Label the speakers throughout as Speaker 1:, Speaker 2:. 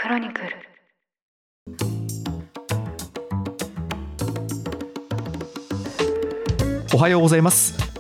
Speaker 1: クロニクル。
Speaker 2: おはようございます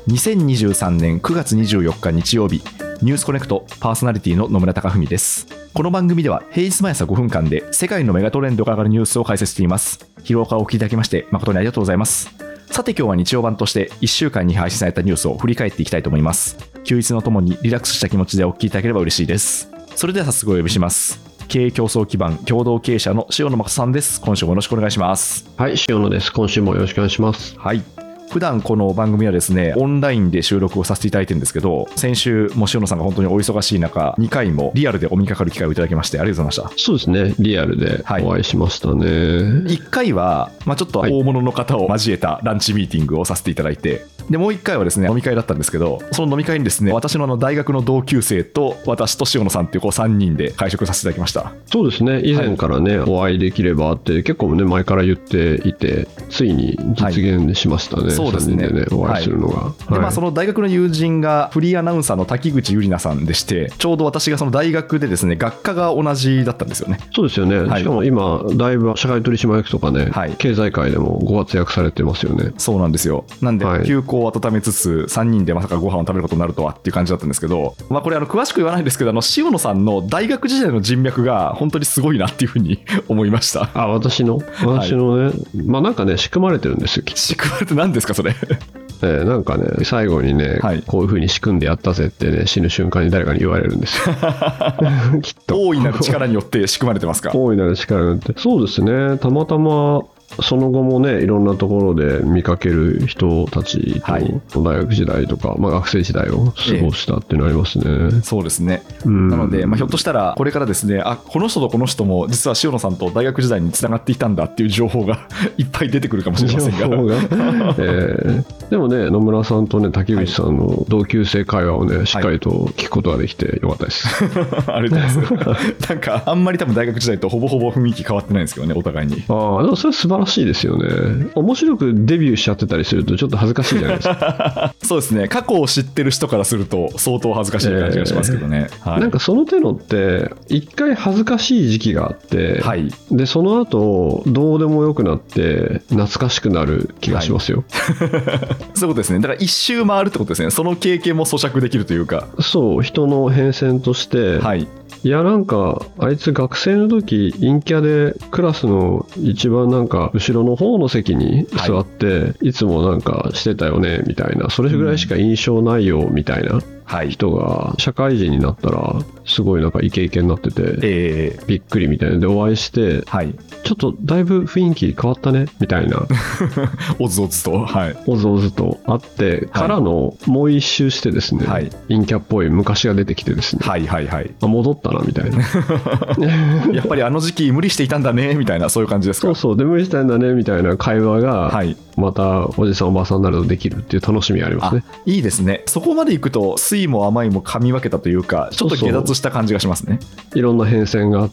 Speaker 2: 。2023年9月24日日曜日、ニュースコネクトパーソナリティの野村貴文です。この番組では平日毎朝5分間で世界のメガトレンドが上がるニュースを解説しています。疲労からお聞きいただきまして誠にありがとうございます。さて今日は日曜版として1週間に配信されたニュースを振り返っていきたいと思います。休日のともにリラックスした気持ちでお聞きいただければ嬉しいです。それでは早速お呼びします。経営競争基盤共同経営者の塩野誠さんです。今週もよろしくお願いします。
Speaker 3: はい、塩野です。今週もよろしくお願いします。
Speaker 2: はい。普段この番組はですねオンラインで収録をさせていただいてるんですけど、先週も塩野さんが本当にお忙しい中2回もリアルでお見かかる機会をいただきましてありがとうございました。
Speaker 3: そうですね、リアルでお会いしましたね。
Speaker 2: 1回は、ちょっと大物の方を交えたランチミーティングをさせていただいて、でもう1回はですね飲み会だったんですけど、その飲み会にですね私の大学の同級生と私と塩野さんっていう3人で会食させていただきました。
Speaker 3: そうですね、以前からね、お会いできればって結構ね前から言っていて、ついに実現しましたね。
Speaker 2: そうですね、
Speaker 3: 3人でねお会いするのが、
Speaker 2: でその大学の友人がフリーアナウンサーの滝口ゆりなさんでして、ちょうど私がその大学でですね学科が同じだったんですよね。
Speaker 3: そうですよね、しかも今だいぶ社会取締役とかね、経済界でもご活躍されてますよね。
Speaker 2: そうなんですよ。なんで休校を温めつつ3人でまさかご飯を食べることになるとはっていう感じだったんですけど、これ詳しく言わないんですけど塩野さんの大学時代の人脈が本当にすごいなっていうふうに思いました。
Speaker 3: 私のね、なんかね仕組まれてるんですよ。
Speaker 2: 仕組まれて何ですかそれ
Speaker 3: なんかね最後にね、こういう風に仕組んでやったぜってね死ぬ瞬間に誰かに言われるんですよきっと
Speaker 2: 大いなる力によって仕組まれてますか。
Speaker 3: 大いなる力によって。そうですね、たまたまその後もねいろんなところで見かける人たちと大学時代とか、学生時代を過ごしたっていうのありますね。
Speaker 2: そうですね、なので、ひょっとしたらこれからですねこの人とこの人も実は塩野さんと大学時代につながっていたんだっていう情報がいっぱい出てくるかもしれませんが
Speaker 3: でもね野村さんとね滝口さんの同級生会話をねしっかりと聞くことができてよかったです
Speaker 2: ありがとうございますなんかあんまり多分大学時代とほぼほぼ雰囲気変わってないんですけどねお互いに。
Speaker 3: でもそれ素晴らしいですよね。面白くデビューしちゃってたりするとちょっと恥ずかしいじゃないですか
Speaker 2: そうですね、過去を知ってる人からすると相当恥ずかしい感じがしますけどね、
Speaker 3: なんかその手のって一回恥ずかしい時期があって、でその後どうでもよくなって懐かしくなる気がしますよ、
Speaker 2: そういうことですね。だから一周回るってことですね。その経験も咀嚼できるというか、
Speaker 3: そう人の変遷として、いやなんかあいつ学生の時陰キャでクラスの一番なんか後ろの方の席に座って、いつもなんかしてたよねみたいな、それぐらいしか印象ないよみたいな人が社会人になったらすごいなんかイケイケになってて、びっくりみたいなでお会いして、ちょっとだいぶ雰囲気変わったねみたいな
Speaker 2: おずおずと、
Speaker 3: おずおずと会ってからのもう一周してですね、陰キャっぽい昔が出てきてですね、戻ったなみたいな
Speaker 2: やっぱりあの時期無理していたんだねみたいな、そういう感じですか。
Speaker 3: そうで無理したんだねみたいな会話が、またおじさんおばさんになるとできるっていう楽しみがありますね。
Speaker 2: いいですね。そこまでいくと酸いも甘いも噛み分けたというか、ちょっと下脱した感じがしますね。
Speaker 3: いろんな変遷があって、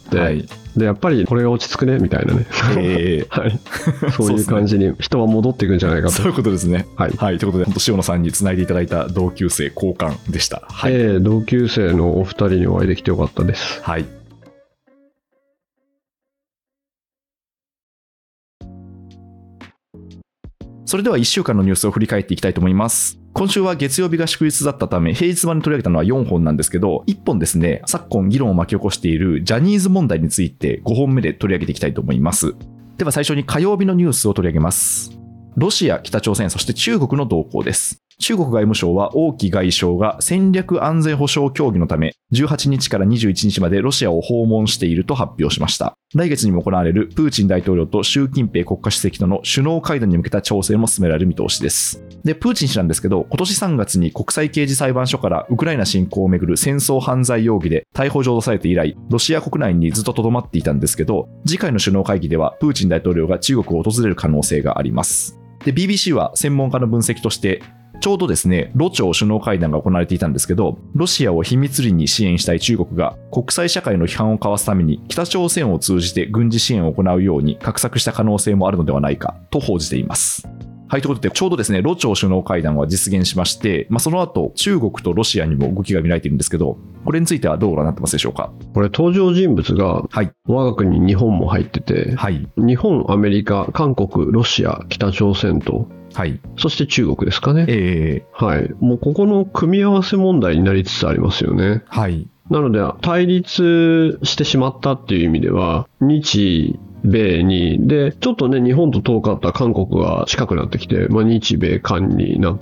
Speaker 3: でやっぱりこれが落ち着くねみたいなねそういう感じに人は戻っていくんじゃないかと。
Speaker 2: そういうことですね。ということで本当塩野さんにつないでいただいた同級生交換でした。
Speaker 3: 同級生のお二人にお会いできてよかったです。
Speaker 2: それでは1週間のニュースを振り返っていきたいと思います。今週は月曜日が祝日だったため平日版に取り上げたのは4本なんですけど、1本ですね、昨今議論を巻き起こしているジャニーズ問題について5本目で取り上げていきたいと思います。では最初に火曜日のニュースを取り上げます。ロシア、北朝鮮、そして中国の動向です。中国外務省は王毅外相が戦略安全保障協議のため18日から21日までロシアを訪問していると発表しました。来月にも行われるプーチン大統領と習近平国家主席との首脳会談に向けた調整も進められる見通しです。で、プーチン氏なんですけど、今年3月に国際刑事裁判所からウクライナ侵攻をめぐる戦争犯罪容疑で逮捕状とされて以来、ロシア国内にずっと留まっていたんですけど、次回の首脳会議ではプーチン大統領が中国を訪れる可能性があります。で、BBC は専門家の分析として、ちょうどですね、ロ朝首脳会談が行われていたんですけど、ロシアを秘密裏に支援したい中国が国際社会の批判をかわすために北朝鮮を通じて軍事支援を行うように画策した可能性もあるのではないかと報じています。 はい、ということで、ちょうどですね、ロ朝首脳会談は実現しまして、その後、中国とロシアにも動きが見られているんですけど、これについてはどうご覧になってますでしょうか。
Speaker 3: これ、登場人物が、我が国、日本も入ってて、日本、アメリカ、韓国、ロシア、北朝鮮と、そして中国ですかね。もうここの組み合わせ問題になりつつありますよね。なので、対立してしまったっていう意味では、日米に、で、ちょっとね、日本と遠かった韓国が近くなってきて、日米韓になって、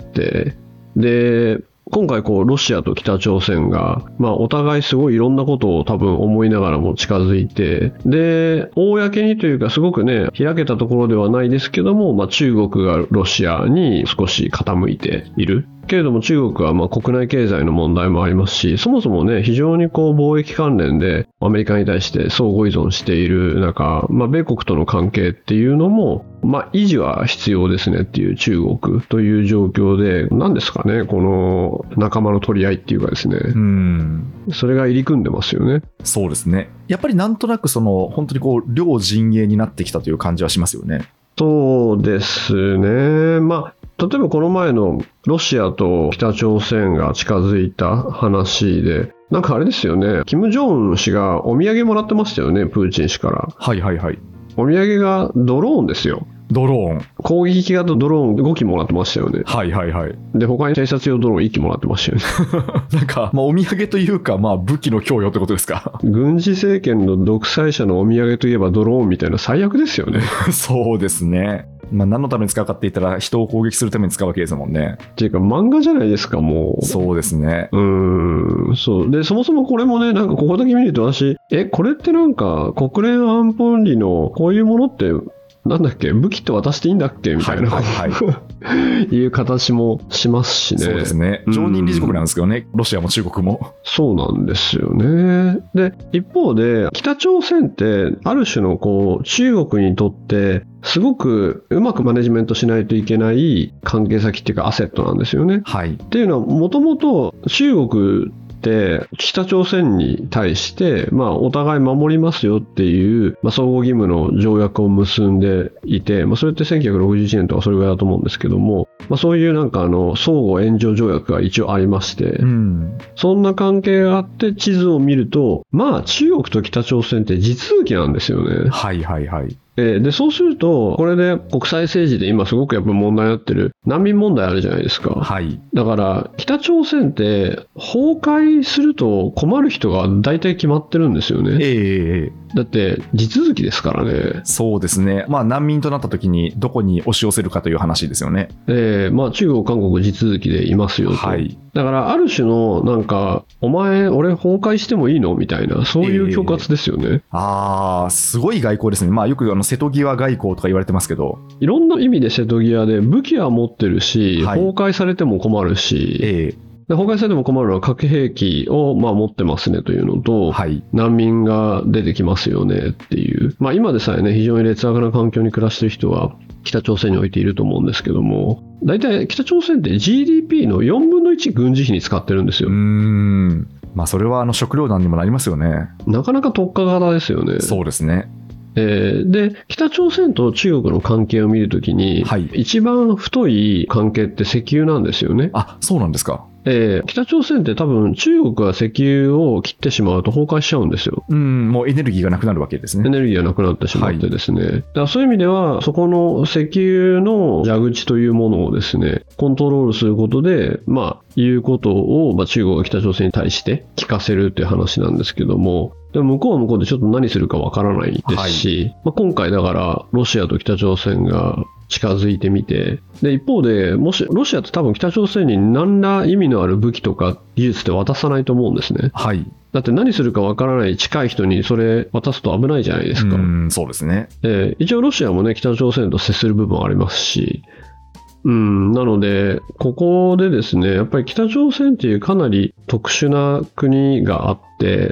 Speaker 3: で、今回ロシアと北朝鮮が、お互いすごいいろんなことを多分思いながらも近づいて、で、公にというかすごくね、開けたところではないですけども、中国がロシアに少し傾いている。けれども中国は国内経済の問題もありますし、そもそもね、非常に貿易関連でアメリカに対して相互依存している中、米国との関係っていうのも、維持は必要ですねっていう中国という状況で、何ですかね、この仲間の取り合いっていうかですね、それが入り組んでますよね。
Speaker 2: そうですね。やっぱりなんとなく本当に両陣営になってきたという感じはしますよね。
Speaker 3: そうですね。例えばこの前のロシアと北朝鮮が近づいた話で、なんかあれですよね、キム・ジョンウン氏がお土産もらってましたよね、プーチン氏から。お土産がドローンですよ。
Speaker 2: ドローン。
Speaker 3: 攻撃型ドローン5機もらってましたよね。で、他に偵察用ドローン1機もらってましたよね。
Speaker 2: なんか、お土産というか、武器の供与ってことですか。
Speaker 3: 軍事政権の独裁者のお土産といえばドローンみたいな最悪ですよね。
Speaker 2: そうですね。何のために使うかって言ったら人を攻撃するために使うわけですもんね。
Speaker 3: っていうか漫画じゃないですか、もう。
Speaker 2: そうですね。
Speaker 3: そうで、そもそもこれもね、なんかここだけ見ると私、これってなんか国連安保理のこういうものってなんだっけ、武器って渡していいんだっけみたいな、いう形もしますしね。
Speaker 2: そうですね。常任理事国なんですけどね、ロシアも中国も。
Speaker 3: そうなんですよね。で、一方で北朝鮮ってある種の中国にとってすごくうまくマネジメントしないといけない関係先っていうかアセットなんですよね。っていうのはもともと中国って北朝鮮に対して、お互い守りますよっていう、相互義務の条約を結んでいて、それって1961年とかそれぐらいだと思うんですけども、そういうなんか相互援助条約が一応ありまして、そんな関係があって地図を見ると、中国と北朝鮮って地続きなんですよね。で、そうすると、これで国際政治で今すごくやっぱ問題になってる難民問題あるじゃないですか。だから、北朝鮮って崩壊すると困る人が大体決まってるんですよね。だって、地続きですからね。
Speaker 2: そうですね。難民となった時にどこに押し寄せるかという話ですよね。
Speaker 3: 中国、韓国地続きでいますよと。だから、ある種の、なんか、お前、俺崩壊してもいいのみたいな、そういう恐喝ですよね。
Speaker 2: すごい外交ですね。よく瀬戸際外交とか言われてますけど。
Speaker 3: いろんな意味で瀬戸際で、武器は持ってるし、崩壊されても困るし、崩壊されても困るのは核兵器を持ってますねというのと、難民が出てきますよねっていう。今でさえね、非常に劣悪な環境に暮らしている人は、北朝鮮においていると思うんですけども、大体北朝鮮って GDP の4分の1軍事費に使ってるんですよ。
Speaker 2: それは食糧難にもなりますよね。
Speaker 3: なかなか特化型ですよね。
Speaker 2: そうですね。
Speaker 3: で、北朝鮮と中国の関係を見るときに、一番太い関係って石油なんですよね。
Speaker 2: そうなんですか。
Speaker 3: 北朝鮮って多分中国が石油を切ってしまうと崩壊しちゃうんですよ。
Speaker 2: もうエネルギーがなくなるわけですね。
Speaker 3: エネルギーがなくなってしまってですね。だからそういう意味では、そこの石油の蛇口というものをですね、コントロールすることで、いうことを、中国が北朝鮮に対して聞かせるという話なんですけども、でも向こうは向こうでちょっと何するかわからないですし、今回だからロシアと北朝鮮が近づいてみて、で一方でもしロシアって多分北朝鮮に何ら意味のある武器とか技術って渡さないと思うんですね。だって何するかわからない近い人にそれ渡すと危ないじゃないですか。
Speaker 2: そうですね。
Speaker 3: 一応ロシアもね、北朝鮮と接する部分ありますし、なので、ここでですね、やっぱり北朝鮮っていうかなり特殊な国があって、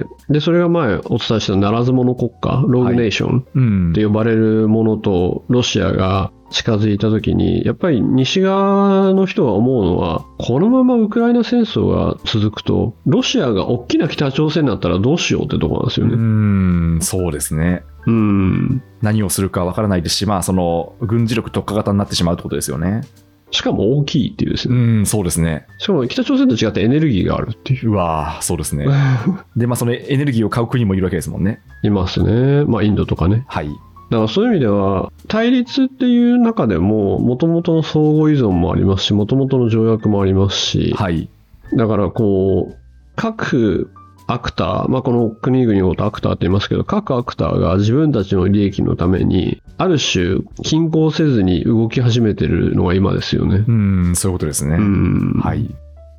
Speaker 3: で、それが前お伝えしたならず者国家、ローグネーションって呼ばれるものとロシアが近づいたときに、やっぱり西側の人が思うのは、このままウクライナ戦争が続くと、ロシアが大きな北朝鮮になったらどうしようってところなんですよね。
Speaker 2: そうですね。 何をするかわからないですし、その軍事力特化型になってしまうってことですよね。
Speaker 3: しかも大きいっていうですね。
Speaker 2: そうですね。
Speaker 3: しかも北朝鮮と違ってエネルギーがあるっていう。
Speaker 2: うわー、そうですね。で、そのエネルギーを買う国もいるわけですもんね。
Speaker 3: いますね。インドとかね。
Speaker 2: はい。
Speaker 3: だからそういう意味では、対立っていう中でも、元々の相互依存もありますし、元々の条約もありますし、
Speaker 2: はい。
Speaker 3: だから各アクター、この国々のことアクターって言いますけど、各アクターが自分たちの利益のために、ある種、均衡せずに動き始めてるのが今ですよね。
Speaker 2: そういうことですね。はい。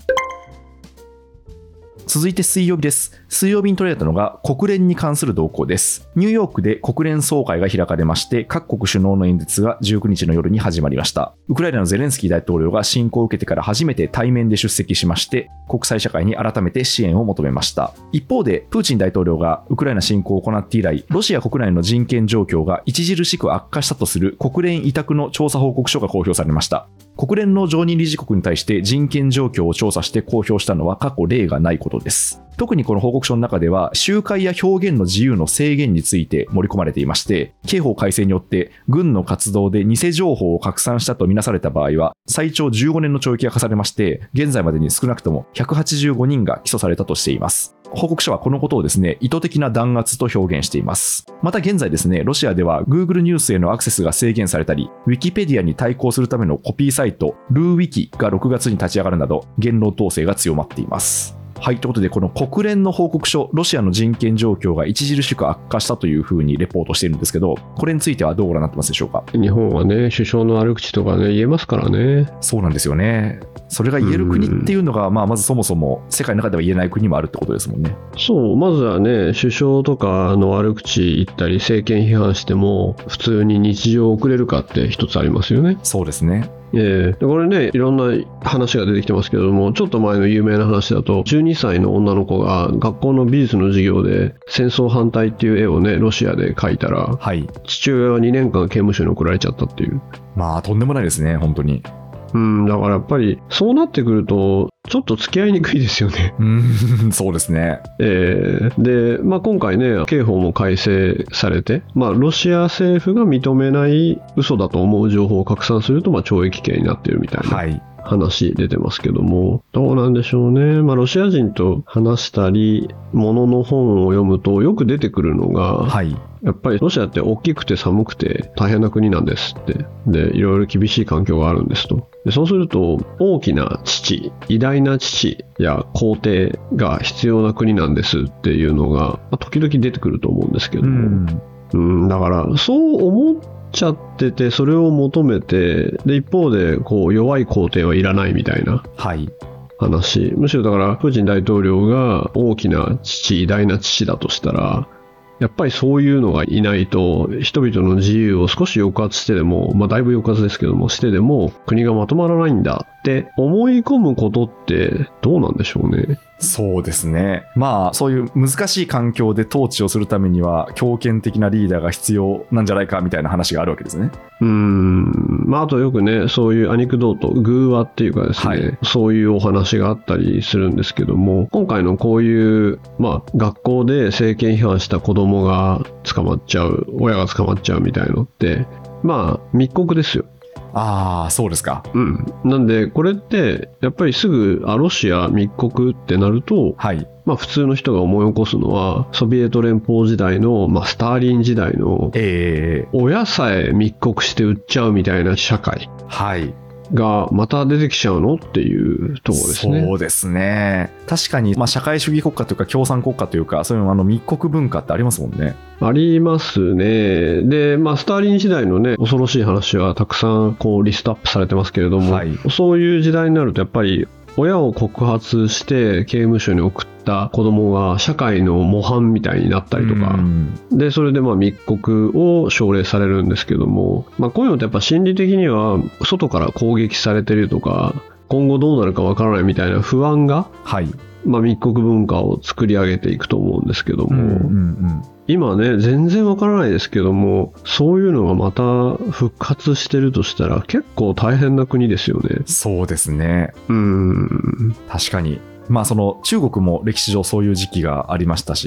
Speaker 2: 続いて水曜日です。水曜日に取り上げたのが国連に関する動向です。ニューヨークで国連総会が開かれまして、各国首脳の演説が19日の夜に始まりました。ウクライナのゼレンスキー大統領が侵攻を受けてから初めて対面で出席しまして、国際社会に改めて支援を求めました。一方で、プーチン大統領がウクライナ侵攻を行って以来、ロシア国内の人権状況が著しく悪化したとする国連委託の調査報告書が公表されました。国連の常任理事国に対して人権状況を調査して公表したのは過去例がないことです。特にこの報告書の中では、集会や表現の自由の制限について盛り込まれていまして、刑法改正によって軍の活動で偽情報を拡散したとみなされた場合は、最長15年の懲役が課されまして、現在までに少なくとも185人が起訴されたとしています。報告書はこのことをですね、意図的な弾圧と表現しています。また現在ですね、ロシアでは Google ニュースへのアクセスが制限されたり、Wikipedia に対抗するためのコピーサイト、ルーウィキが6月に立ち上がるなど、言論統制が強まっています。はい、ということで、この国連の報告書、ロシアの人権状況が著しく悪化したというふうにレポートしているんですけど、これについてはどうご覧になってますでしょうか。
Speaker 3: 日本はね、首相の悪口とかね、言えますからね。
Speaker 2: そうなんですよね。それが言える国っていうのが、まずそもそも世界の中では言えない国もあるってことですもんね。
Speaker 3: そう、まずはね、首相とかの悪口言ったり、政権批判しても、普通に日常を送れるかって一つありますよね。
Speaker 2: そうですね。
Speaker 3: これね、いろんな話が出てきてますけども、ちょっと前の有名な話だと、12歳の女の子が学校の美術の授業で戦争反対っていう絵をね、ロシアで描いたら、父親は2年間刑務所に送られちゃったっていう。
Speaker 2: とんでもないですね、本当に。
Speaker 3: だからやっぱりそうなってくるとちょっと付き合いにくいですよね。
Speaker 2: そうですね。
Speaker 3: で、今回ね、刑法も改正されて、ロシア政府が認めない嘘だと思う情報を拡散すると懲役刑になっているみたいな話出てますけども、どうなんでしょうね。ロシア人と話したり、ものの本を読むとよく出てくるのが、やっぱりロシアって大きくて寒くて大変な国なんですって。で、いろいろ厳しい環境があるんですと。で、そうすると大きな父、偉大な父や皇帝が必要な国なんですっていうのが、時々出てくると思うんですけども。だからそう思っちゃってて、それを求めて、で一方で弱い皇帝はいらないみたいな。話。むしろだからプーチン大統領が大きな父、偉大な父だとしたら、やっぱりそういうのがいないと、人々の自由を少し抑圧してでも、だいぶ抑圧ですけども、してでも国がまとまらないんだって思い込むことってどうなんでしょうね。
Speaker 2: そうですね。そういう難しい環境で統治をするためには強権的なリーダーが必要なんじゃないかみたいな話があるわけですね。
Speaker 3: あとよくね、そういうアニクドート、偶話っていうかですね、そういうお話があったりするんですけども、今回のこういう、学校で政権批判した子供が捕まっちゃう、親が捕まっちゃうみたいのって、密告ですよ。
Speaker 2: そうですか。
Speaker 3: なんでこれってやっぱりすぐロシア密告ってなると、普通の人が思い起こすのはソビエト連邦時代の、スターリン時代の、親さえ密告して売っちゃうみたいな社会がまた出てきちゃうのっていうところですね。
Speaker 2: そうですね。確かに、社会主義国家というか共産国家というか、そういう密告文化ってありますもんね。
Speaker 3: ありますね。で、スターリン時代のね、恐ろしい話はたくさんリストアップされてますけれども、そういう時代になるとやっぱり親を告発して刑務所に送った子供が社会の模範みたいになったりとか、でそれで密告を奨励されるんですけども、こういうのってやっぱ心理的には外から攻撃されてるとか、今後どうなるかわからないみたいな不安が、密告文化を作り上げていくと思うんですけども、今ね全然わからないですけども、そういうのがまた復活してるとしたら結構大変な国ですよね。
Speaker 2: そうですね。確かに。その中国も歴史上そういう時期がありましたし、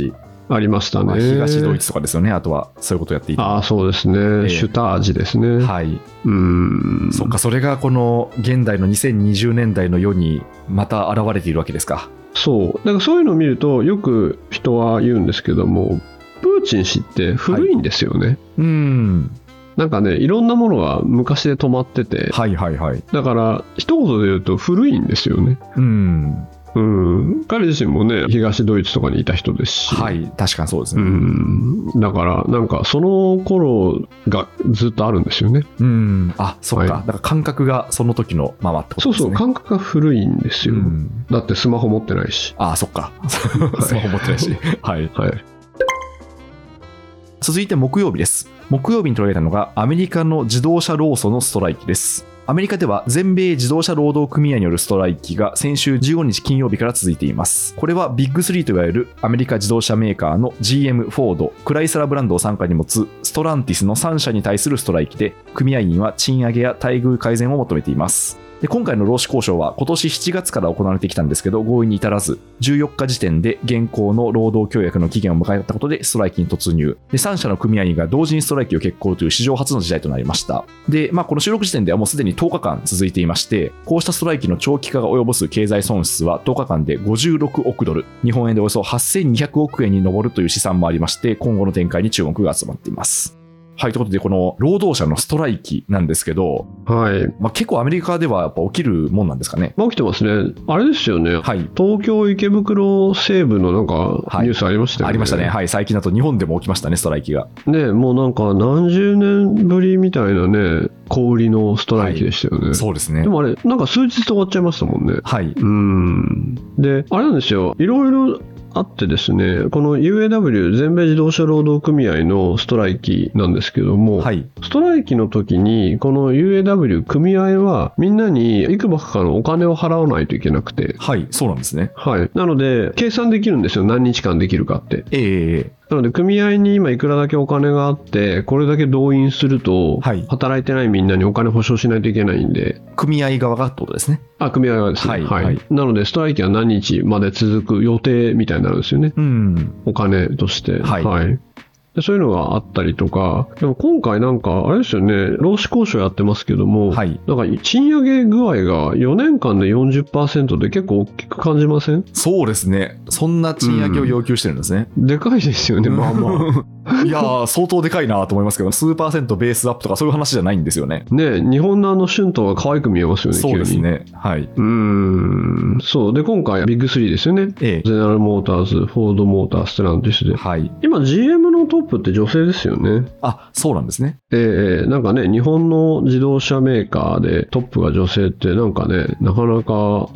Speaker 3: ありましたね。
Speaker 2: 東ドイツとかですよね。あとはそういうことをやっていた。
Speaker 3: そうですね、シュタージですね。
Speaker 2: はい。そっか、それがこの現代の2020年代の世にまた現れているわけですか。
Speaker 3: そうだからそういうのを見るとよく人は言うんですけども、プーチン氏って古いんですよね。なんかね、いろんなものが昔で止まってて、だから一言で言うと古いんですよね。彼自身もね、東ドイツとかにいた人ですし、
Speaker 2: 確かにそうですね。
Speaker 3: だからなんかその頃がずっとあるんですよね。
Speaker 2: そっか、だから感覚がその時のままってことですね。
Speaker 3: そう感覚が古いんですよ。だってスマホ持ってないし。
Speaker 2: そっかスマホ持ってないし続いて木曜日です。木曜日に取り上げたのがアメリカの自動車労組のストライキです。アメリカでは全米自動車労働組合によるストライキが先週15日金曜日から続いています。これはビッグ3といわれるアメリカ自動車メーカーの GM、フォード、クライスラーブランドを傘下に持つストランティスの3社に対するストライキで、組合員は賃上げや待遇改善を求めています。で、今回の労使交渉は今年7月から行われてきたんですけど、合意に至らず、14日時点で現行の労働協約の期限を迎えたことでストライキに突入。で、3社の組合員が同時にストライキを決行という史上初の事態となりました。で、この収録時点ではもうすでに10日間続いていまして、こうしたストライキの長期化が及ぼす経済損失は10日間で56億ドル、日本円でおよそ8200億円に上るという試算もありまして、今後の展開に注目が集まっています。ということで、この労働者のストライキなんですけど、結構アメリカではやっぱ起きるもんなんですかね。
Speaker 3: 起きてますね。あれですよね、東京池袋西部のなんかニュースありましたよね。
Speaker 2: ありましたね。最近だと日本でも起きましたね、ストライキが。
Speaker 3: もうなんか何十年ぶりみたいなね、小売りのストライキでしたよね。
Speaker 2: そうですね。
Speaker 3: でもあれ、なんか数日で終わっちゃいましたもんね。で、あれなんですよ、いろいろあってですね、この UAW 全米自動車労働組合のストライキなんですけども、ストライキの時にこの UAW 組合はみんなにいくばくかのお金を払わないといけなくて、
Speaker 2: そうなんですね。
Speaker 3: なので計算できるんですよ、何日間できるかって。なので組合に今いくらだけお金があって、これだけ動員すると、働いてないみんなにお金保証しないといけないんで。
Speaker 2: 組合側がってことですね。
Speaker 3: 組合側ですね。なのでストライキは何日まで続く予定みたいになるんですよね。お金として。でそういうのがあったりとか、でも今回なんかあれですよね、労使交渉やってますけども、なんか賃上げ具合が4年間で 40% で結構大きく感じません？
Speaker 2: そうですね。そんな賃上げを要求してるんですね。
Speaker 3: でかいですよね、まあまあ。
Speaker 2: いやー、相当でかいなと思いますけど、数パーセントベースアップとかそういう話じゃないんですよね。
Speaker 3: 日本の春闘が可愛く見えますよね。
Speaker 2: そうですね。
Speaker 3: そうで、今回ビッグ3ですよね。ゼネラルモーターズ、フォードモーター、ステランティスで。今 GM のトップって女性ですよね。
Speaker 2: そうなんですね。
Speaker 3: なんかね、日本の自動車メーカーでトップが女性ってなんかね、なかなか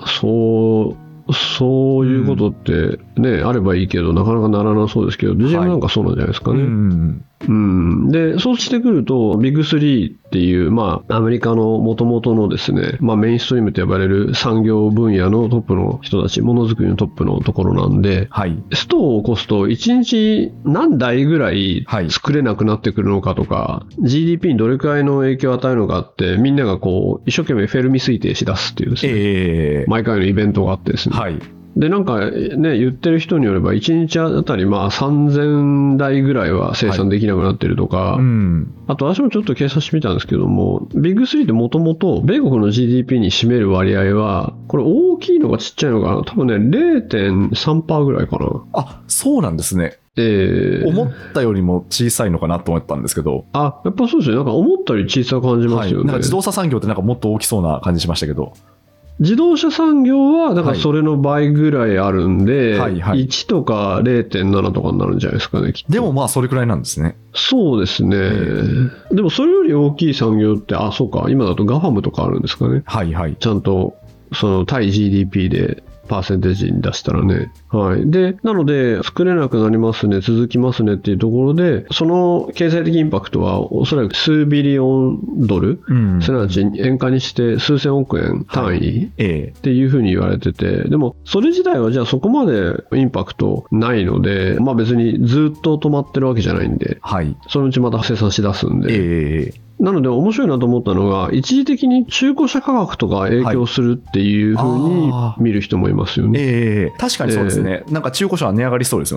Speaker 3: そういうことってね、あればいいけどなかなかならなそうですけど、GM なんかそうなんじゃないですかね。で、そうしてくるとビッグ3っていう、アメリカの元々のですね、メインストリームと呼ばれる産業分野のトップの人たち、ものづくりのトップのところなんで、ストを起こすと1日何台ぐらい作れなくなってくるのかとか、GDP にどれくらいの影響を与えるのかって、みんながこう一生懸命フェルミ推定し出すっていうですね、毎回のイベントがあってですね、でなんかね、言ってる人によれば1日あたり3000台ぐらいは生産できなくなってるとか、あと私もちょっと計算してみたんですけども、ビッグ3ってもともと米国の GDP に占める割合は、これ大きいのかちっちゃいのかな、多分ね 0.3% ぐらいかな。
Speaker 2: そうなんですね。思ったよりも小さいのかなと思ったんですけど。
Speaker 3: やっぱそうですね。なんか思ったより小さく感じますよね。
Speaker 2: なんか自動車産業ってなんかもっと大きそうな感じしましたけど。
Speaker 3: 自動車産業はだからそれの倍ぐらいあるんで、1とか 0.7 とかになるんじゃないですかね、きっと。
Speaker 2: でもそれくらいなんですね。
Speaker 3: そうですね。でもそれより大きい産業って、そうか、今だとガファムとかあるんですかね。ちゃんとその対 GDP でパーセンテージに出したらね。で、なので、作れなくなりますね、続きますねっていうところで、その経済的インパクトはおそらく数ビリオンドル、すなわち円化にして数千億円単位っていうふうに言われてて、でも、それ自体はじゃあそこまでインパクトないので、別にずっと止まってるわけじゃないんで、そのうちまた生産し出すんで、なので面白いなと思ったのが、一時的に中古車価格とか影響するっていう風に見る人もいますよね。
Speaker 2: 確かにそうですね。なんか中古車は値上がりそうですよね。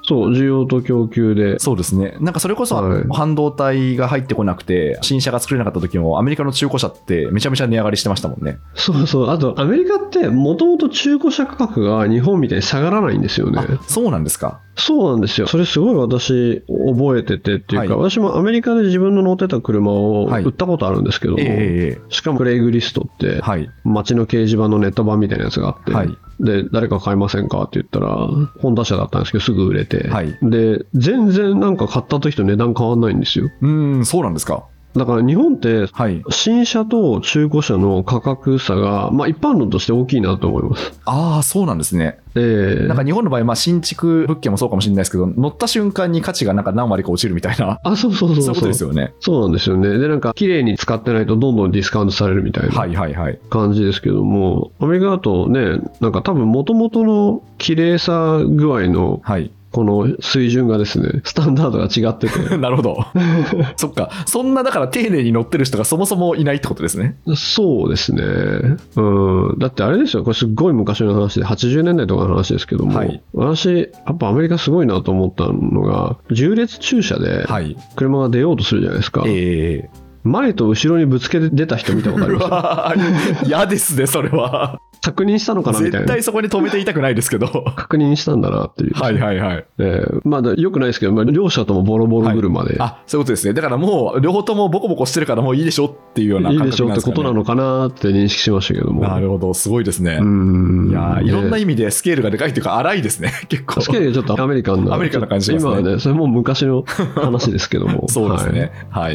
Speaker 3: そう、需要と供給で。
Speaker 2: そうですね。なんかそれこそ半導体が入ってこなくて、新車が作れなかった時も、アメリカの中古車ってめちゃめちゃ値上がりしてましたもんね。
Speaker 3: そうそう。あと、アメリカってもともと中古車価格が日本みたいに下がらないんですよね。
Speaker 2: そうなんですか。
Speaker 3: そうなんですよ。それすごい私覚えててっていうか、私もアメリカで自分の乗ってた車を売ったことあるんですけども、しかもクレイグリストって、街の掲示板のネット版みたいなやつがあって、で、誰か買いませんかって言ったら、ホンダ車だったんですけど、すぐ売れて、で、全然なんか買った時と値段変わんないんですよ。
Speaker 2: そうなんですか。
Speaker 3: だから日本って新車と中古車の価格差が、まあ、一般論として大きいなと思います。
Speaker 2: ああ、そうなんですね。なんか日本の場合、まあ、新築物件もそうかもしれないですけど、乗った瞬間に価値がなんか何割か落ちるみたいな。
Speaker 3: そうそうそう。
Speaker 2: そういうことですよね。
Speaker 3: そうなんですよね。で、なんか綺麗に使ってないとどんどんディスカウントされるみたいな感じですけども、アメリカだとね、なんか多分元々の綺麗さ具合の、この水準がですね、スタンダードが違ってて
Speaker 2: なるほどそっか、そんなだから丁寧に乗ってる人がそもそもいないってことですね。
Speaker 3: そうですね。だってあれですよ、これすっごい昔の話で80年代とかの話ですけども、私やっぱアメリカすごいなと思ったのが、縦列駐車で車が出ようとするじゃないですか、前と後ろにぶつけて出た人見たことあります
Speaker 2: 嫌ですね、それは。
Speaker 3: 確認したのかなみたいな。
Speaker 2: 絶対そこに止めていたくないですけど
Speaker 3: 確認したんだなっていう。まあよくないですけど、両者ともボロボロ車で、
Speaker 2: そういうことですね。だからもう両方ともボコボコしてるからもういいでしょっていうような感覚なんですかね。
Speaker 3: いいでしょってことなのかなって認識しましたけども。
Speaker 2: なるほど、すごいですね。いや、いろんな意味でスケールがでかいというか荒いですね、結構。
Speaker 3: スケールがちょっとアメリカンな
Speaker 2: 感じですね。
Speaker 3: 今はね、それも昔の話ですけども
Speaker 2: そうですね。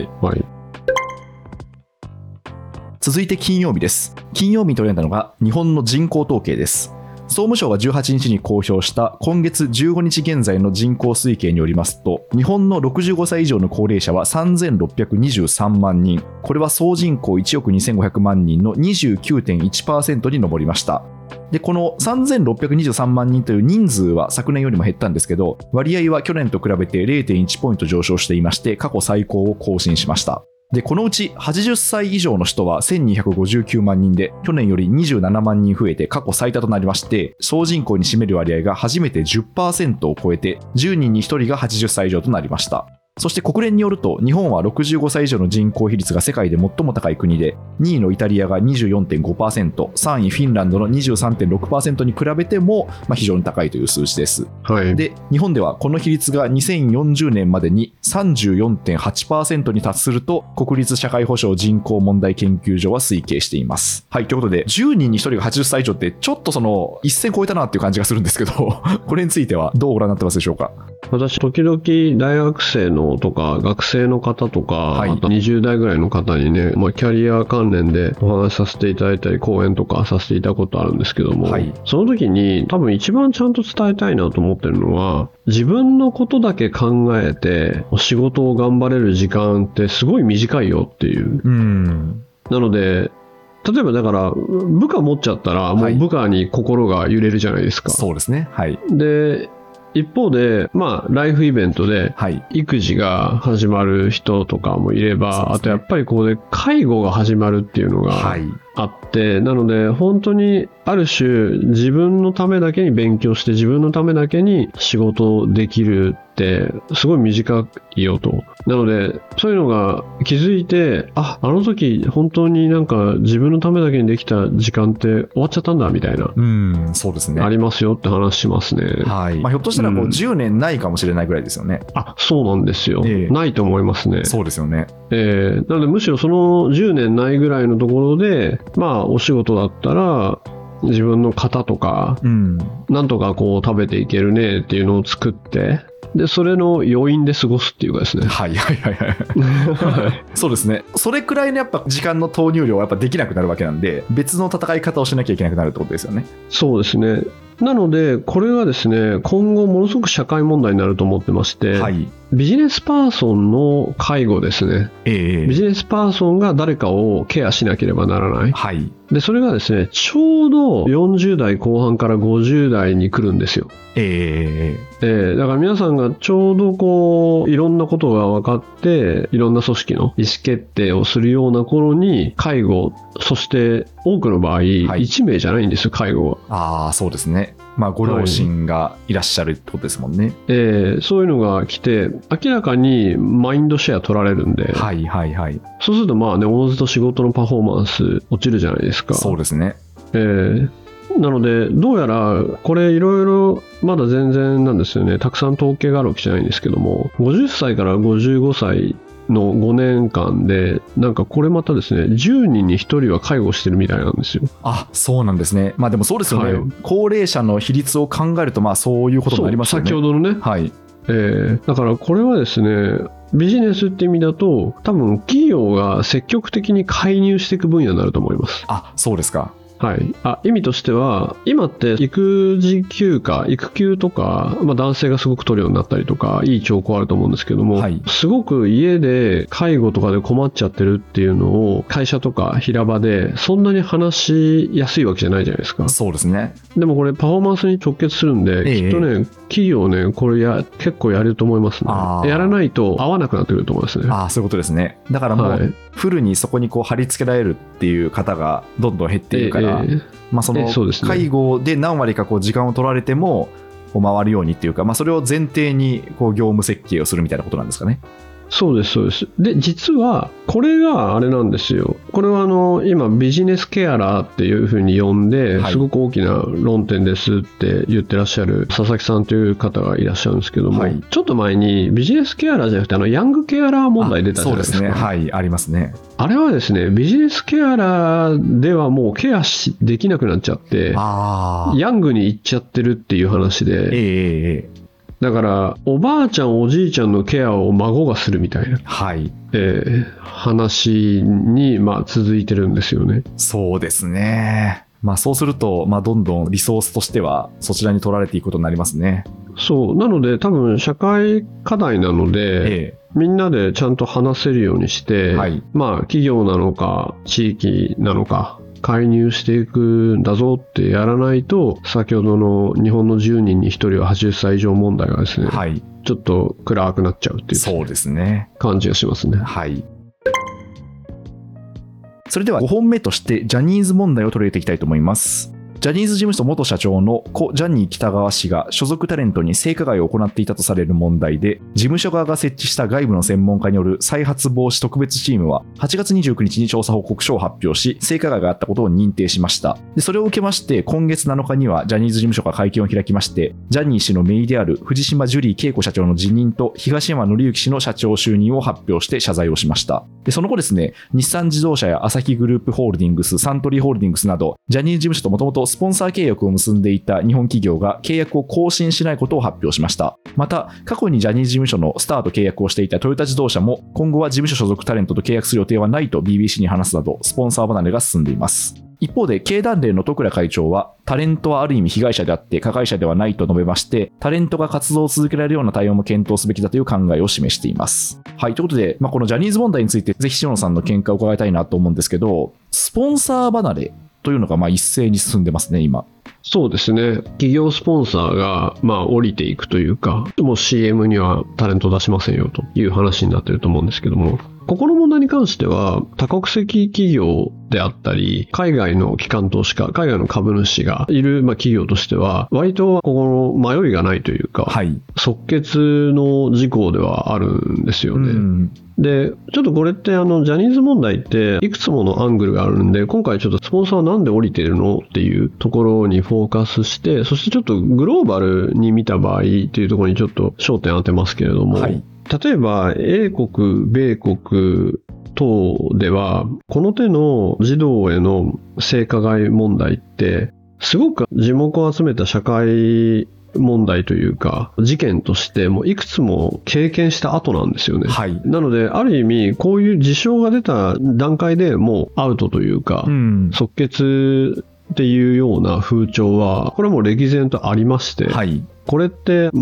Speaker 2: 続いて金曜日です。金曜日に取り上げたのが日本の人口統計です。総務省が18日に公表した今月15日現在の人口推計によりますと、日本の65歳以上の高齢者は3623万人。これは総人口1億2500万人の 29.1% に上りました。で、この3623万人という人数は昨年よりも減ったんですけど、割合は去年と比べて 0.1 ポイント上昇していまして、過去最高を更新しました。で、このうち80歳以上の人は1259万人で、去年より27万人増えて過去最多となりまして、総人口に占める割合が初めて 10% を超えて、10人に1人が80歳以上となりました。そして国連によると、日本は65歳以上の人口比率が世界で最も高い国で、2位のイタリアが 24.5%、3位フィンランドの 23.6% に比べても、非常に高いという数字です。で、日本ではこの比率が2040年までに 34.8% に達すると、国立社会保障人口問題研究所は推計しています。ということで、10人に1人が80歳以上って、ちょっとその一線超えたなっていう感じがするんですけど、これについてはどうご覧になってますでしょうか。
Speaker 3: 私、時々大学生のとか学生の方とか、あと20代ぐらいの方にね、キャリア関連でお話しさせていただいたり講演とかさせていただくことあるんですけども、その時に多分一番ちゃんと伝えたいなと思ってるのは、自分のことだけ考えて仕事を頑張れる時間ってすごい短いよっていう。なので例えばだから部下持っちゃったらもう部下に心が揺れるじゃないですか。
Speaker 2: そうですね。
Speaker 3: で一方で、ライフイベントで育児が始まる人とかもいれば、あとやっぱりここで介護が始まるっていうのがあって、なので本当にある種自分のためだけに勉強して自分のためだけに仕事できるってすごい短いよと。なのでそういうのが気づいて、あの時本当になんか自分のためだけにできた時間って終わっちゃったんだみたいな、
Speaker 2: そうですね、
Speaker 3: ありますよって話しますね。
Speaker 2: ひょっとしたらこう10年ないかもしれないぐらいですよね。
Speaker 3: そうなんですよ、ないと思いますね。
Speaker 2: そうですよね。
Speaker 3: なのでむしろその10年ないぐらいのところで、お仕事だったら自分の型とか、なんとかこう食べていけるねっていうのを作って、でそれの余韻で過ごすっていうかですね。
Speaker 2: そうですね。それくらいのやっぱ時間の投入量はやっぱできなくなるわけなんで、別の戦い方をしなきゃいけなくなるってことですよね。
Speaker 3: そうですね。なのでこれはですね、今後ものすごく社会問題になると思ってまして、 ビジネスパーソンの介護ですね。ビジネスパーソンが誰かをケアしなければならない。
Speaker 2: はい。
Speaker 3: で、それがですね、ちょうど40代後半から50代に来るんですよ。だから皆さんがちょうどこう、いろんなことが分かって、いろんな組織の意思決定をするような頃に、介護、そして多くの場合、1名じゃないんですよ、介護は。
Speaker 2: そうですね。ご両親がいらっしゃるってことですもんね。
Speaker 3: そういうのが来て、明らかにマインドシェア取られるんで、そうするとおのずと仕事のパフォーマンス落ちるじゃないですか。
Speaker 2: そうですね。
Speaker 3: なので、どうやらこれいろいろまだ全然なんですよね。たくさん統計があるわけじゃないんですけども、50歳から55歳の5年間で、なんかこれまたですね、10人に1人は介護してるみたいなんですよ。
Speaker 2: そうなんですね。でもそうですよね。高齢者の比率を考えると、そういうことになりますよね。
Speaker 3: 先ほどのね。だからこれはですね、ビジネスって意味だと、多分企業が積極的に介入していく分野になると思います。
Speaker 2: そうですか。
Speaker 3: 意味としては、今って育児休暇、育休とか、男性がすごく取るようになったりとか、いい兆候あると思うんですけども、すごく家で介護とかで困っちゃってるっていうのを会社とか平場でそんなに話しやすいわけじゃないじゃないですか。
Speaker 2: そうですね。
Speaker 3: でもこれパフォーマンスに直結するんで、きっとね、企業ね、これ結構やると思いますね。やらないと合わなくなってくると思いますね。
Speaker 2: そういうことですね。だからもう、フルにそこにこう貼り付けられるっていう方がどんどん減っているから、その介護で何割かこう時間を取られても回るようにっていうか、それを前提にこう業務設計をするみたいなことなんですかね。
Speaker 3: そうですそうです。で、実はこれがあれなんですよ。これは今ビジネスケアラーっていうふうに呼んで、すごく大きな論点ですって言ってらっしゃる佐々木さんという方がいらっしゃるんですけども、ちょっと前にビジネスケアラーじゃなくてヤングケアラー問題出たじゃないですか。
Speaker 2: そうですね。ありますね。
Speaker 3: あれはですね、ビジネスケアラーではもうケアできなくなっちゃって、ヤングに行っちゃってるっていう話で、だからおばあちゃんおじいちゃんのケアを孫がするみたいな、話に続いてるんですよね。
Speaker 2: そうですね。そうすると、どんどんリソースとしてはそちらに取られていくことになりますね。
Speaker 3: そうなので、多分社会課題なので、みんなでちゃんと話せるようにして、企業なのか地域なのか介入していくんだぞってやらないと、先ほどの日本の10人に1人は80歳以上問題がですね、ちょっと暗くなっちゃうっていう、
Speaker 2: そうですね、
Speaker 3: 感じがしますね。
Speaker 2: それでは5本目としてジャニーズ問題を取り入れていきたいと思います。ジャニーズ事務所元社長の故ジャニー喜多川氏が所属タレントに性加害を行っていたとされる問題で、事務所側が設置した外部の専門家による再発防止特別チームは8月29日に調査報告書を発表し、性加害があったことを認定しました。でそれを受けまして今月7日にはジャニーズ事務所が会見を開きまして、ジャニー氏の姪である藤島ジュリー景子社長の辞任と東山紀之氏の社長就任を発表して謝罪をしました。でその後ですね、日産自動車やアサヒグループホールディングス、サントリーホールディングスなどジャニーズ事務所ともともとスポンサー契約を結んでいた日本企業が契約を更新しないことを発表しました。また過去にジャニーズ事務所のスターと契約をしていたトヨタ自動車も今後は事務所所属タレントと契約する予定はないと BBC に話すなど、スポンサー離れが進んでいます。一方で経団連の十倉会長は、タレントはある意味被害者であって加害者ではないと述べまして、タレントが活動を続けられるような対応も検討すべきだという考えを示しています。はい、ということで、このジャニーズ問題についてぜひ篠野さんの見解を伺いたいなと思うんですけど、スポンサー離れというのが一斉に進んでますね、今。
Speaker 3: そうですね。企業スポンサーが降りていくというか、もう CM にはタレント出しませんよという話になってると思うんですけども、ここの問題に関しては多国籍企業であったり、海外の機関投資家、海外の株主がいる企業としては割とここの迷いがないというか、即決の事項ではあるんですよね。でちょっとこれってジャニーズ問題っていくつものアングルがあるんで、今回ちょっとスポンサーはなんで降りてるのっていうところにフォーカスして、そしてちょっとグローバルに見た場合っていうところにちょっと焦点当てますけれども、例えば英国、米国等ではこの手の児童への性加害問題ってすごく耳目を集めた社会問題というか事件としてもういくつも経験した後なんですよね。なのである意味こういう事象が出た段階でもうアウトというか、即決っていうような風潮はこれも歴然とありまして、これって迷っ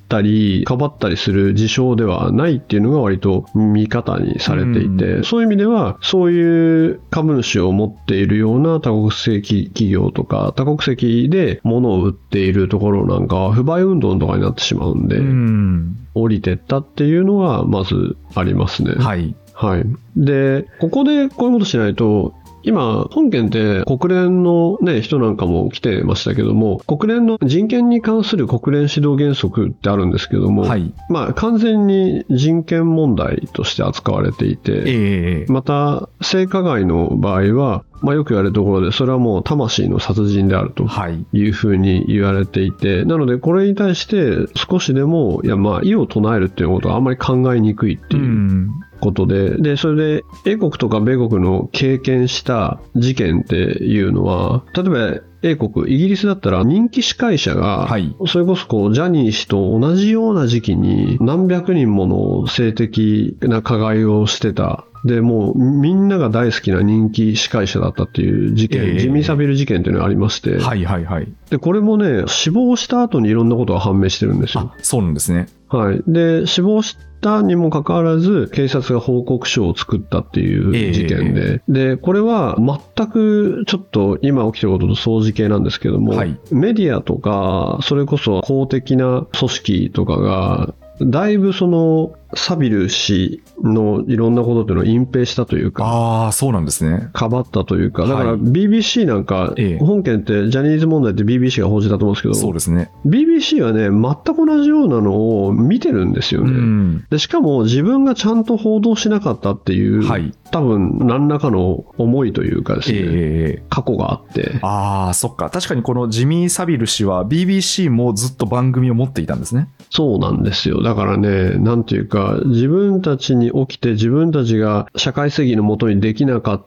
Speaker 3: たりかばったりする事象ではないっていうのが割と見方にされていて、そういう意味ではそういう株主を持っているような多国籍企業とか多国籍で物を売っているところなんかは不買運動とかになってしまうんで、降りてったっていうのはまずありますね。
Speaker 2: はい、
Speaker 3: はい、でここでこういうことしないと、今本件って国連の、人なんかも来てましたけども、国連の人権に関する国連指導原則ってあるんですけども、はい、完全に人権問題として扱われていて、また性加害の場合はよく言われるところで、それはもう魂の殺人であるというふうに言われていて、なのでこれに対して少しでも異を唱えるっていうことはあんまり考えにくいっていうことで、それで英国とか米国の経験した事件っていうのは、例えば英国、イギリスだったら人気司会者が、それこそジャニー氏と同じような時期に何百人もの性的な加害をしてた。でもうみんなが大好きな人気司会者だったっていう事件、ジミー・サビル事件っていうのがありまして、でこれもね、死亡した後にいろんなことが判明してるんですよ。
Speaker 2: そうなんですね。
Speaker 3: はい、で死亡したにもかかわらず警察が報告書を作ったっていう事件で、これは全くちょっと今起きてることと相似系なんですけども、メディアとかそれこそ公的な組織とかがだいぶそのサビル氏のいろんなことっていうのを隠蔽したというか、
Speaker 2: そうなんですね。
Speaker 3: かばったというか、だから BBC なんか、本件ってジャニーズ問題って BBC が報じたと思うんですけど、
Speaker 2: そうですね。
Speaker 3: BBC はね、全く同じようなのを見てるんですよね。でしかも自分がちゃんと報道しなかったっていう、多分何らかの思いというかですね、過去があって。
Speaker 2: そっか。確かにこのジミー・サビル氏は BBC もずっと番組を持っていたんですね。
Speaker 3: そうなんですよ。だからね、なんていうか、自分たちに起きて自分たちが社会正義のもとにできなかった、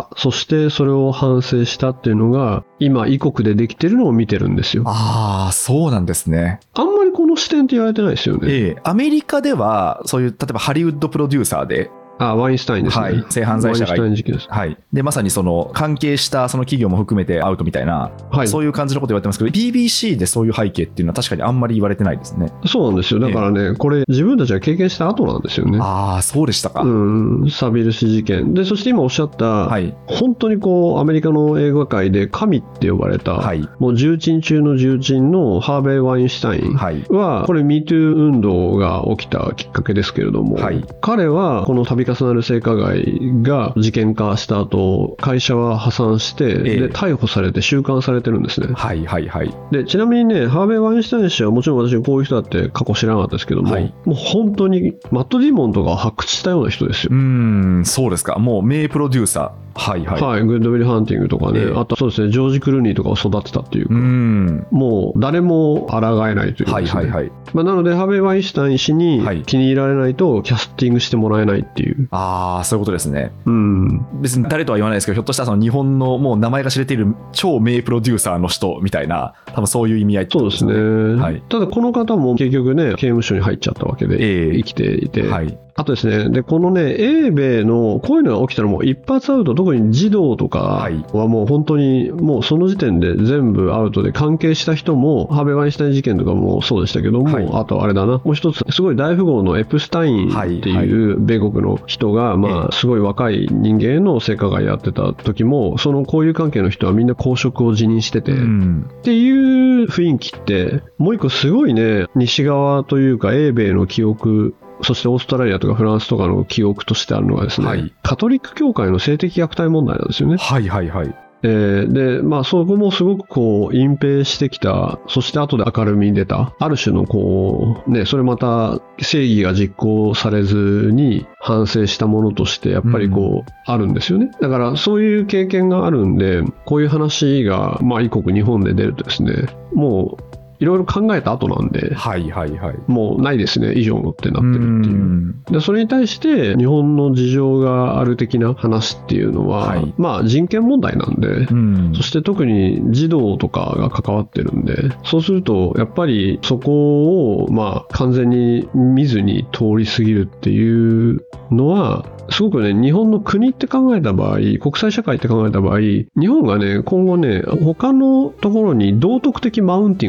Speaker 3: そしてそれを反省したっていうのが今異国でできてるのを見てるんですよ。
Speaker 2: そうなんですね。
Speaker 3: あんまりこの視点って言われてないですよね。
Speaker 2: アメリカではそういう例えばハリウッドプロデューサーで
Speaker 3: ワインスタインですね。
Speaker 2: 性犯罪者が
Speaker 3: ワインスタイン事件です。
Speaker 2: でまさにその関係したその企業も含めてアウトみたいな、そういう感じのこと言われてますけど、 BBC でそういう背景っていうのは確かにあんまり言われてないですね。
Speaker 3: そうなんですよ。だからね、これ自分たちが経験した後なんですよね。
Speaker 2: そうでしたか。
Speaker 3: サビル氏事件で、そして今おっしゃった、本当にアメリカの映画界で神って呼ばれた、もう重鎮中の重鎮のハーベイ・ワインシュタインは、これ MeToo 運動が起きたきっかけですけれども、彼はこの度重なる性加害が事件化した後、会社は破産して、で逮捕されて収監されてるんですね。でちなみにね、ハーベイ・ワインシュタイン氏はもちろん私こういう人だって過去知らなかったですけども、もう本当にマット・ディモンとかを発掘したような人ですよ。
Speaker 2: そうですか。もう名プロデューサー。グ
Speaker 3: ッドウィル・ハンティングとかね、あとそうですね、ジョージ・クルーニーとかを育てたっていうか、もう誰も抗えないというかですね。なのでハーベイ・ワインシュタイン氏に気に入られないとキャスティングしてもらえないっていう。
Speaker 2: そういうことですね。別に誰とは言わないですけど、ひょっとしたらその日本のもう名前が知れている超名プロデューサーの人みたいな、多分そういう意味合いってことですね。
Speaker 3: そうですね。ただこの方も結局ね、刑務所に入っちゃったわけで、生きていて、あとですね、でこのね、英米のこういうのが起きたらもう一発アウト、特に児童とかはもう本当にもうその時点で全部アウトで、関係した人もハーベイ・ワインシュタイン事件とかもそうでしたけども、あとあれだな、もう一つすごい大富豪のエプスタインっていう米国の人が、すごい若い人間への性加害やってた時も、その交友関係の人はみんな公職を辞任してて、っていう雰囲気って、もう一個すごいね、西側というか英米の記憶、そしてオーストラリアとかフランスとかの記憶としてあるのがですね、カトリック教会の性的虐待問題なんですよね。でそこもすごく隠蔽してきた、そして後で明るみに出た、ある種のそれまた正義が実行されずに反省したものとしてやっぱりあるんですよね。だからそういう経験があるんで、こういう話が異国日本で出るとですね、もういろいろ考えた後なんで、もうないですね、以上のってなってるっていう。でそれに対して日本の事情がある的な話っていうのは、人権問題なんで、そして特に児童とかが関わってるんで、そうするとやっぱりそこを完全に見ずに通り過ぎるっていうのは、すごくね、日本の国って考えた場合、国際社会って考えた場合、日本がね、今後ね、他のところに道徳的マウンティングできなく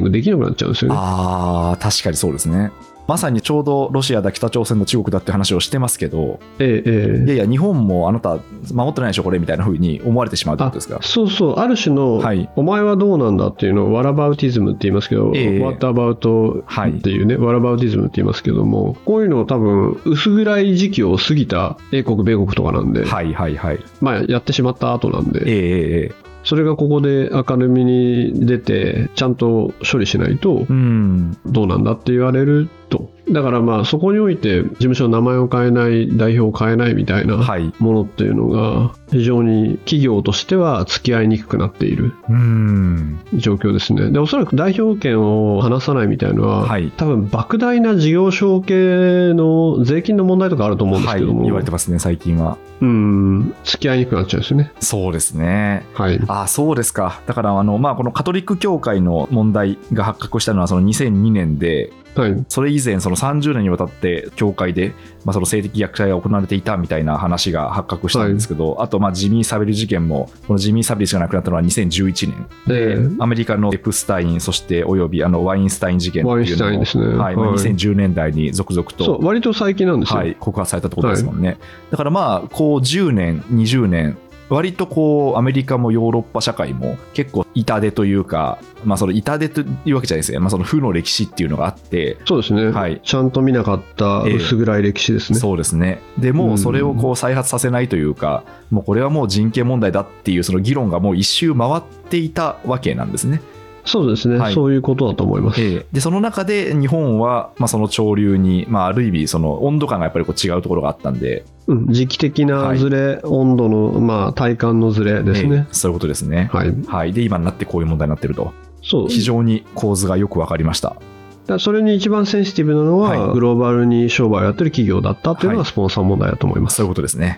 Speaker 3: くなっちゃうんですよね。
Speaker 2: 確かにそうですね。まさにちょうどロシアだ北朝鮮だ中国だって話をしてますけど、いやいや日本もあなた守ってないでしょこれみたいな風に思われてしまうってことですか。
Speaker 3: そうそう、ある種の、お前はどうなんだっていうのをワラバウティズムって言いますけど、What about っていうね、ワラバウティズムって言いますけども、こういうのを多分薄暗い時期を過ぎた英国米国とかなんで、まあやってしまった後なんで、それがここで明るみに出てちゃんと処理しないとどうなんだって言われると。だからまあそこにおいて事務所の名前を変えない代表を変えないみたいなものっていうのが非常に企業としては付き合いにくくなっている状況ですね。でおそらく代表権を離さないみたいなのは、多分莫大な事業承継の税金の問題とかあると思うんですけども、
Speaker 2: 言われてますね最近は。
Speaker 3: 付き合いにくくなっちゃうんですよね。
Speaker 2: そうですね。そうですか。だからこのカトリック教会の問題が発覚したのはその2002年で、それ以前その30年にわたって教会で、その性的虐待が行われていたみたいな話が発覚したんですけど、あとジミー・サベル事件も、このジミー・サベル氏が亡くなったのは2011年で、アメリカのエプスタイン、そしておよびワインスタイン事件っていうのも、2010年代に続々と
Speaker 3: 割と最近なんですよ、
Speaker 2: 告発されたってことですもんね。だからこう10年20年割とこうアメリカもヨーロッパ社会も結構痛手というか、その痛手というわけじゃないですね、その負の歴史っていうのがあって、
Speaker 3: そうですね、ちゃんと見なかった薄暗い歴史ですね。
Speaker 2: そうですね。でもうそれをこう再発させないというか、もうこれはもう人権問題だっていうその議論がもう一周回っていたわけなんですね。
Speaker 3: そうですね、そういうことだと思います。
Speaker 2: でその中で日本はその潮流に、ある意味その温度感がやっぱりこう違うところがあったんで、
Speaker 3: 時期的なズレ、温度の、体感のズレですね。
Speaker 2: そういうことですね。で今になってこういう問題になっていると。
Speaker 3: そう
Speaker 2: 非常に構図がよく分かりました。
Speaker 3: それに一番センシティブなのは、グローバルに商売をやってる企業だったというのがスポンサー問題だと思います。
Speaker 2: そういうことですね。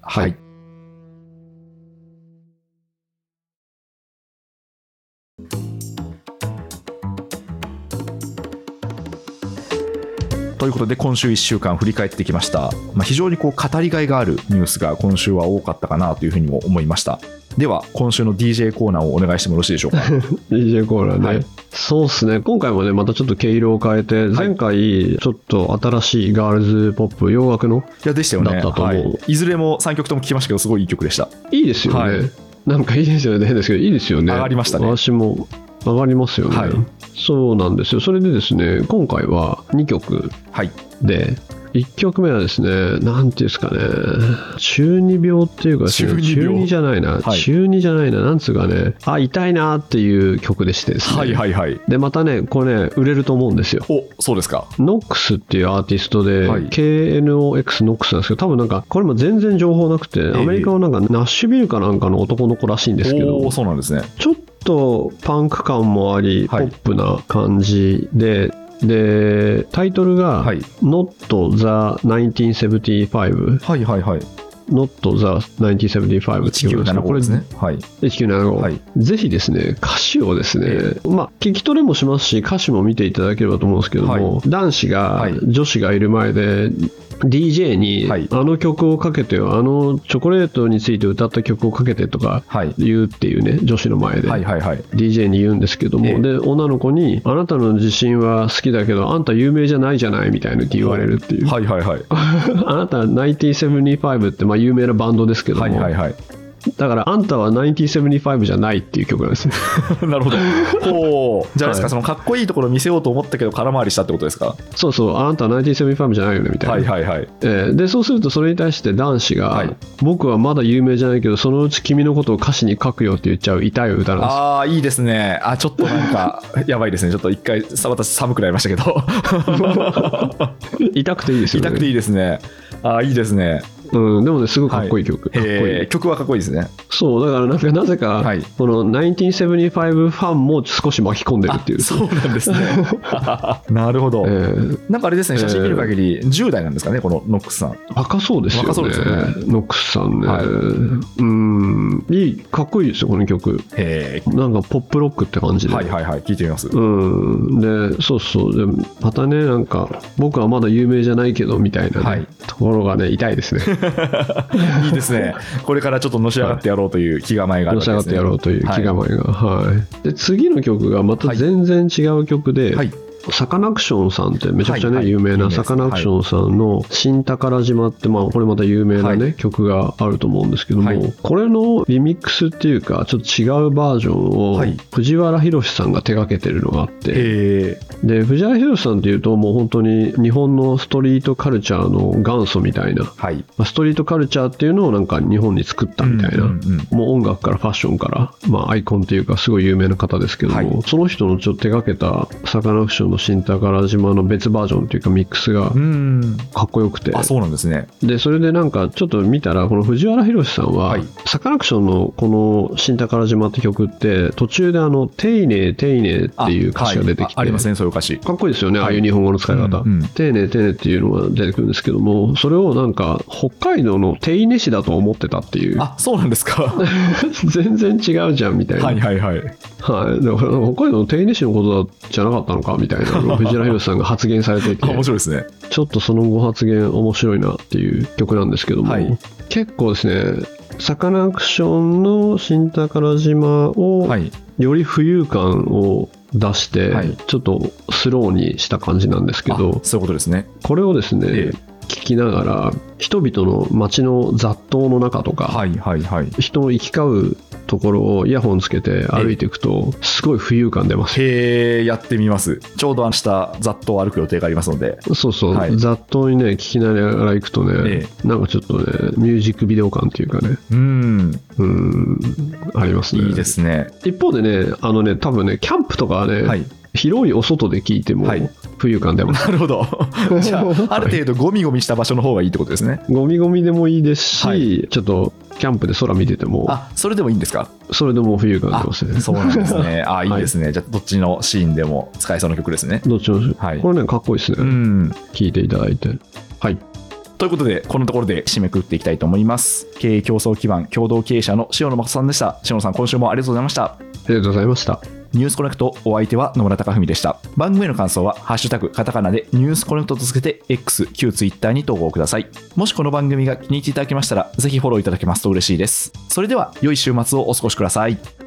Speaker 2: ということで今週1週間振り返ってきました。非常にこう語りがいがあるニュースが今週は多かったかなというふうにも思いました。では今週の DJ コーナーをお願いしてもよろしいでしょうか。
Speaker 3: DJ コーナーね、そうですね。今回もねまたちょっと毛色を変えて、前回ちょっと新しいガールズポップ洋楽の
Speaker 2: でしたよね。
Speaker 3: だったと思う。
Speaker 2: いずれも3曲とも聴きましたけどすごいいい曲でした。い
Speaker 3: いですよね、なんかいいですよね。変ですけどいいですよね。
Speaker 2: 上がりましたね。
Speaker 3: 私も上がりますよね、そうなんですよ。それでですね今回は2曲で、1曲目はですねなんていうんですかね、中二病っていうか中二じゃないな、なんつうかね、痛いなっていう曲でしてですね、でまたねこれね売れると思うんですよ。
Speaker 2: そうですか。
Speaker 3: ノックスっていうアーティストで、KNOX ノックスなんですけど、多分なんかこれも全然情報なくて、アメリカのなんかナッシュビルかなんかの男の子らしいんですけど、
Speaker 2: そうなんですね。
Speaker 3: ちょっとパンク感もあり、ポップな感じでタイトルが Not the 1975、Not the 1975っていう
Speaker 2: 1975ですね。
Speaker 3: 1975、ぜひですね歌詞をですね、聞き取れもしますし歌詞も見ていただければと思うんですけども、男子が女子がいる前でDJ に、あの曲をかけてよ、あのチョコレートについて歌った曲をかけてとか言うっていうね、女子の前で DJ に言うんですけども、で女の子にあなたの自信は好きだけどあんた有名じゃないじゃないみたいなって言われるっていう、あなた1975って有名なバンドですけども、だからあんたは1975じゃないっていう曲なんですね。
Speaker 2: なるほど。じゃあですか、そのかっこいいところ見せようと思ったけど空回りしたってことですか。
Speaker 3: そうそう、あんたは1975じゃないよねみたいな。でそうするとそれに対して男子が、僕はまだ有名じゃないけどそのうち君のことを歌詞に書くよって言っちゃう痛い歌なんです。
Speaker 2: いいですね。ちょっとなんかやばいですね。ちょっと一回私寒くなりましたけど。
Speaker 3: 痛くていいですよね。
Speaker 2: 痛くていいですね。いいですね。
Speaker 3: でもねすごいかっこいい曲、
Speaker 2: 曲はかっこいいですね。
Speaker 3: そうだからなぜか、この1975ファンも少し巻き込んでるっていう。
Speaker 2: そうなんですね。なるほど。なんかあれですね、写真見る限り10代なんですかね、このノックスさん。
Speaker 3: 若そうですよね。ノックスさんね、いいかっこいいですよこの曲。なんかポップロックって感じで、
Speaker 2: 聞いてみます。
Speaker 3: でそうでまたねなんか僕はまだ有名じゃないけどみたいな、ところがね痛いですね。
Speaker 2: いいですね。これからちょっとのし上がってやろうという気構えがあるわけですね。
Speaker 3: のし上がってやろうという気構えが、はいで次の曲がまた全然違う曲で、
Speaker 2: はい、
Speaker 3: サカナクションさんってめちゃくちゃね、
Speaker 2: はいはい、
Speaker 3: 有名なサカナクションさんの新宝島って、まあこれまた有名なね、はい、曲があると思うんですけども、はい、これのリミックスっていうかちょっと違うバージョンを藤原宏さんが手掛けてるのがあって、で藤原宏さんっていうともう本当に日本のストリートカルチャーの元祖みたいな、はい、ストリートカルチャーっていうのをなんか日本に作ったみたいな、もう音楽からファッションから、まあアイコンっていうかすごい有名な方ですけども、はい、その人のちょっと手掛けたサカナクションの新宝島の別バージョンというかミックスがかっこよくて、
Speaker 2: あ、そうなんですね。
Speaker 3: でそれでなんかちょっと見たらこの藤原宏さんは、はい、サカナクションのこの新宝島って曲って途中で丁寧丁寧っていう歌詞が出てきて
Speaker 2: ありますね、そういう歌詞
Speaker 3: かっこいいですよね、はい、ああいう日本語の使い方、丁寧丁寧っていうのが出てくるんですけども、それをなんか北海道の手稲市だと思ってたっていう。
Speaker 2: あ、そうなんですか。
Speaker 3: 全然違うじゃんみたいな。
Speaker 2: はいはいはい、
Speaker 3: はい、だから北海道の手稲市のことじゃなかったのかみたいな藤原宏さんが発言されていて
Speaker 2: 面白いですね。
Speaker 3: ちょっとそのご発言面白いなっていう曲なんですけども、はい、結構ですねサカナクションの新宝島をより浮遊感を出して、はい、ちょっとスローにした感じなんですけど、
Speaker 2: そういうことですね。
Speaker 3: これをですね、聞きながら人々の街の雑踏の中とか、はいはいはい、人の行き交うところをイヤホンつけて歩いていくとすごい浮遊感出ます。
Speaker 2: へー、やってみます。ちょうど明日雑踏を歩く予定がありますので。
Speaker 3: そうそう、はい、雑踏にね聞きながら行くとね、なんかちょっとねミュージックビデオ感っていうかね、ありますね。
Speaker 2: いいですね。
Speaker 3: 一方でね多分ねキャンプとかはね、はい、広いお外で聞いても浮遊感出ます。
Speaker 2: なるほど。じゃあある程度ゴミゴミした場所の方がいいってことですね。
Speaker 3: ゴミゴミでもいいですし、はい、ちょっとキャンプで空見てても、
Speaker 2: それでもいいんですか。
Speaker 3: それでも浮遊感出ますね。
Speaker 2: そうなんですね。いいですね、はい、じゃあどっちのシーンでも使えそうな曲ですね。
Speaker 3: どっちの、はい、これねかっこいいですね。聴いていただいて、はい。
Speaker 2: ということでこのところで締めくくっていきたいと思います。経営競争基盤共同経営者の塩野誠さんでした。塩野さん、今週もありがとうございました。
Speaker 3: ありがとうございました。
Speaker 2: ニュースコネクト、お相手は野村貴文でした。番組への感想はハッシュタグカタカナでニュースコネクトとつけて X、旧 Twitter に投稿ください。もしこの番組が気に入っていただけましたらぜひフォローいただけますと嬉しいです。それでは良い週末をお過ごしください。